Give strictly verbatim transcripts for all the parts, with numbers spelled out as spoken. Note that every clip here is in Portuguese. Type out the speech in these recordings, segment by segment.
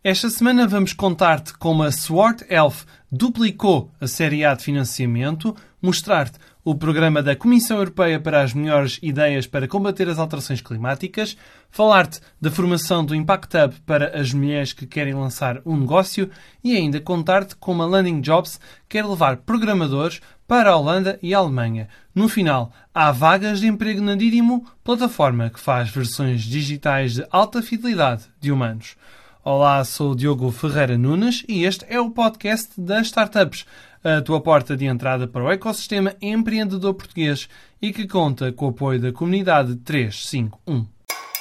Esta semana vamos contar-te como a Sword Health duplicou a série A de financiamento, mostrar-te o programa da Comissão Europeia para as melhores ideias para combater as alterações climáticas, falar-te da formação do Impact Hub para as mulheres que querem lançar um negócio e ainda contar-te como a Landing Jobs quer levar programadores para a Holanda e a Alemanha. No final, há vagas de emprego na Didimo, plataforma que faz versões digitais de alta fidelidade de humanos. Olá, sou o Diogo Ferreira Nunes e este é o podcast das Startups, a tua porta de entrada para o ecossistema empreendedor português e que conta com o apoio da comunidade trezentos e cinquenta e um.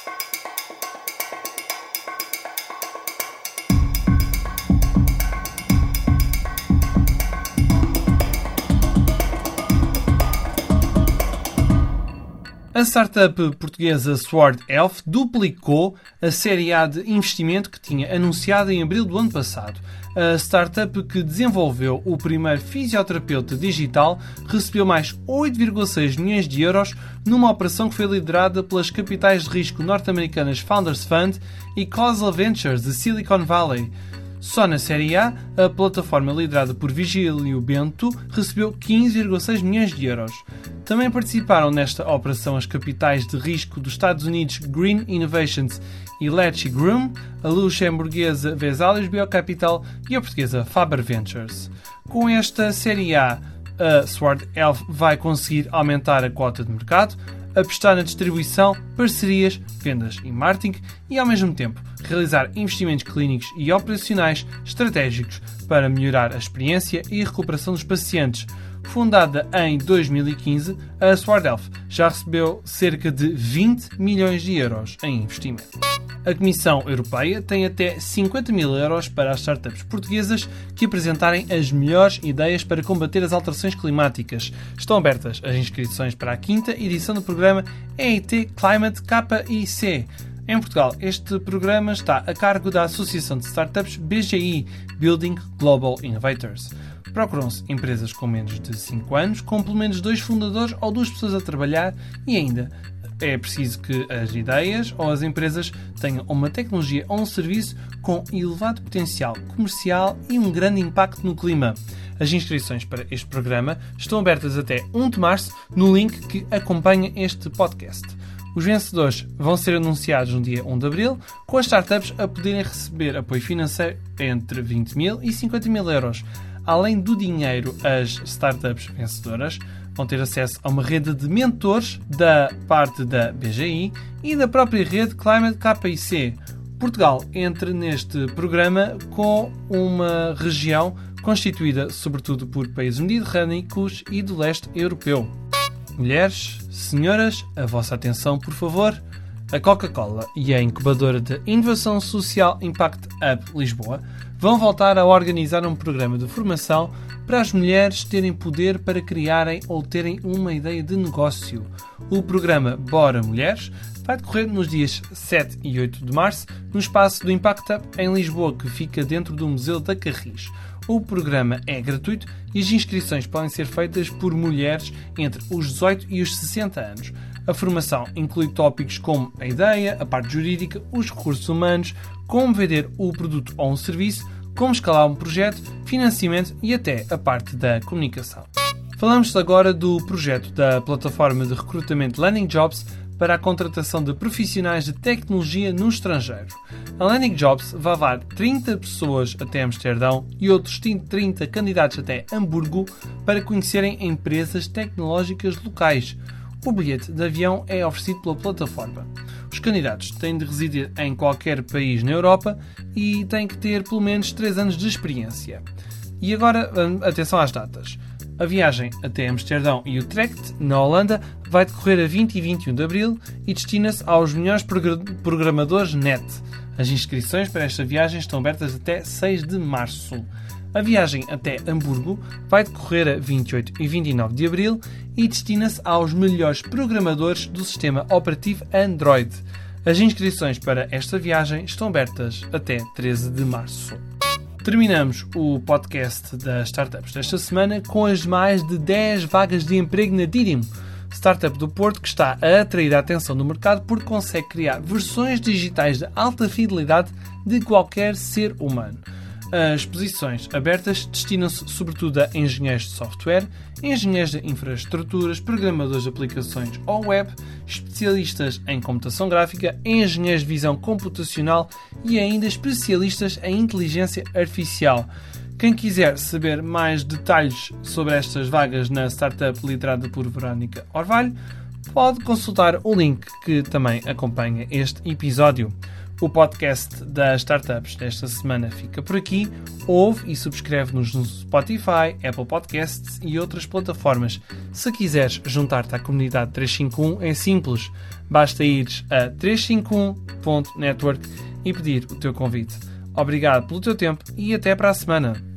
A startup portuguesa Sword Health duplicou a série A de investimento que tinha anunciado em abril do ano passado. A startup que desenvolveu o primeiro fisioterapeuta digital recebeu mais oito vírgula seis milhões de euros numa operação que foi liderada pelas capitais de risco norte-americanas Founders Fund e Causal Ventures de Silicon Valley. Só na série A, a plataforma liderada por Vigílio Bento recebeu quinze vírgula seis milhões de euros. Também participaram nesta operação as capitais de risco dos Estados Unidos Green Innovations e Lecce Groom, a luxemburguesa Vesalius Biocapital e a portuguesa Faber Ventures. Com esta série A, a Sword Health vai conseguir aumentar a quota de mercado, apostar na distribuição, parcerias, vendas e marketing e, ao mesmo tempo, realizar investimentos clínicos e operacionais estratégicos para melhorar a experiência e a recuperação dos pacientes. Fundada em dois mil e quinze, a Sword Health já recebeu cerca de vinte milhões de euros em investimento. A Comissão Europeia tem até cinquenta mil euros para as startups portuguesas que apresentarem as melhores ideias para combater as alterações climáticas. Estão abertas as inscrições para a quinta edição do programa E I T Climate K I C. Em Portugal, este programa está a cargo da Associação de Startups B G I, Building Global Innovators. Procuram-se empresas com menos de cinco anos, com pelo menos dois fundadores ou duas pessoas a trabalhar e ainda é preciso que as ideias ou as empresas tenham uma tecnologia ou um serviço com elevado potencial comercial e um grande impacto no clima. As inscrições para este programa estão abertas até primeiro de março no link que acompanha este podcast. Os vencedores vão ser anunciados no dia primeiro de abril, com as startups a poderem receber apoio financeiro entre vinte mil e cinquenta mil euros. Além do dinheiro, as startups vencedoras vão ter acesso a uma rede de mentores da parte da B G I e da própria rede Climate K I C. Portugal entra neste programa com uma região constituída sobretudo por países mediterrâneos e do leste europeu. Mulheres, senhoras, a vossa atenção, por favor. A Coca-Cola e a incubadora de Inovação Social Impact Hub Lisboa vão voltar a organizar um programa de formação para as mulheres terem poder para criarem ou terem uma ideia de negócio. O programa Bora Mulheres vai decorrer nos dias sete e oito de março no espaço do Impact Hub em Lisboa, que fica dentro do Museu da Carris. O programa é gratuito e as inscrições podem ser feitas por mulheres entre os dezoito e os sessenta anos. A formação inclui tópicos como a ideia, a parte jurídica, os recursos humanos, como vender o produto ou um serviço, como escalar um projeto, financiamento e até a parte da comunicação. Falamos agora do projeto da plataforma de recrutamento Landing Jobs para a contratação de profissionais de tecnologia no estrangeiro. A Landing Jobs vai levar trinta pessoas até Amsterdão e outros trinta candidatos até Hamburgo para conhecerem empresas tecnológicas locais. O bilhete de avião é oferecido pela plataforma. Os candidatos têm de residir em qualquer país na Europa e têm que ter pelo menos três anos de experiência. E agora, atenção às datas. A viagem até Amsterdão e Utrecht, na Holanda, vai decorrer a vinte e vinte e um de abril e destina-se aos melhores programadores net. As inscrições para esta viagem estão abertas até seis de março. A viagem até Hamburgo vai decorrer a vinte e oito e vinte e nove de abril e destina-se aos melhores programadores do sistema operativo Android. As inscrições para esta viagem estão abertas até treze de março. Terminamos o podcast das startups desta semana com as mais de dez vagas de emprego na Didimo. startup do Porto que está a atrair a atenção do mercado porque consegue criar versões digitais de alta fidelidade de qualquer ser humano. As posições abertas destinam-se sobretudo a engenheiros de software, engenheiros de infraestruturas, programadores de aplicações ou web, especialistas em computação gráfica, engenheiros de visão computacional e ainda especialistas em inteligência artificial. Quem quiser saber mais detalhes sobre estas vagas na startup liderada por Verónica Orvalho, pode consultar o link que também acompanha este episódio. O podcast das startups desta semana fica por aqui. Ouve e subscreve-nos no Spotify, Apple Podcasts e outras plataformas. Se quiseres juntar-te à comunidade trezentos e cinquenta e um, é simples. Basta ires a trezentos e cinquenta e um ponto network e pedir o teu convite. Obrigado pelo teu tempo e até para a semana.